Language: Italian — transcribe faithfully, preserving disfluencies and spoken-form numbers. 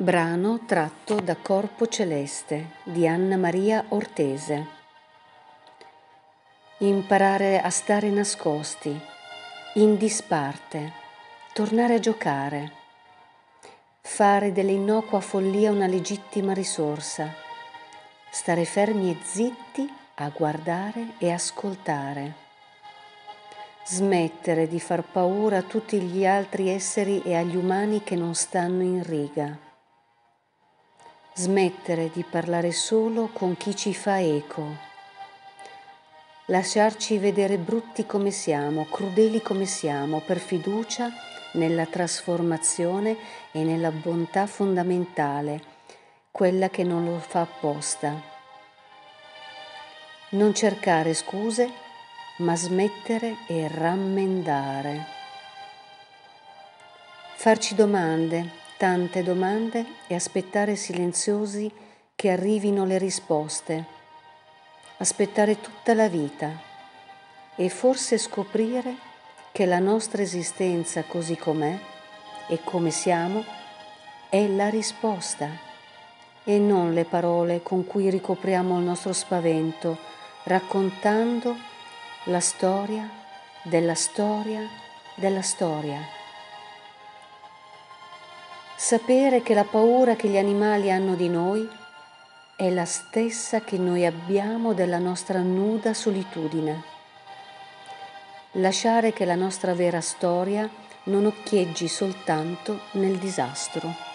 Brano tratto da Corpo Celeste di Anna Maria Ortese. Imparare a stare nascosti, in disparte, tornare a giocare, fare dell'innocua follia una legittima risorsa, stare fermi e zitti a guardare e ascoltare, smettere di far paura a tutti gli altri esseri e agli umani che non stanno in riga. Smettere di parlare solo con chi ci fa eco, lasciarci vedere brutti come siamo, crudeli come siamo, per fiducia nella trasformazione e nella bontà fondamentale, quella che non lo fa apposta. Non cercare scuse, ma smettere e rammendare. Farci domande, tante domande, e aspettare silenziosi che arrivino le risposte, aspettare tutta la vita e forse scoprire che la nostra esistenza così com'è e come siamo è la risposta e non le parole con cui ricopriamo il nostro spavento, raccontando la storia della storia della storia. Sapere che la paura che gli animali hanno di noi è la stessa che noi abbiamo della nostra nuda solitudine. Lasciare che la nostra vera storia non occhieggi soltanto nel disastro.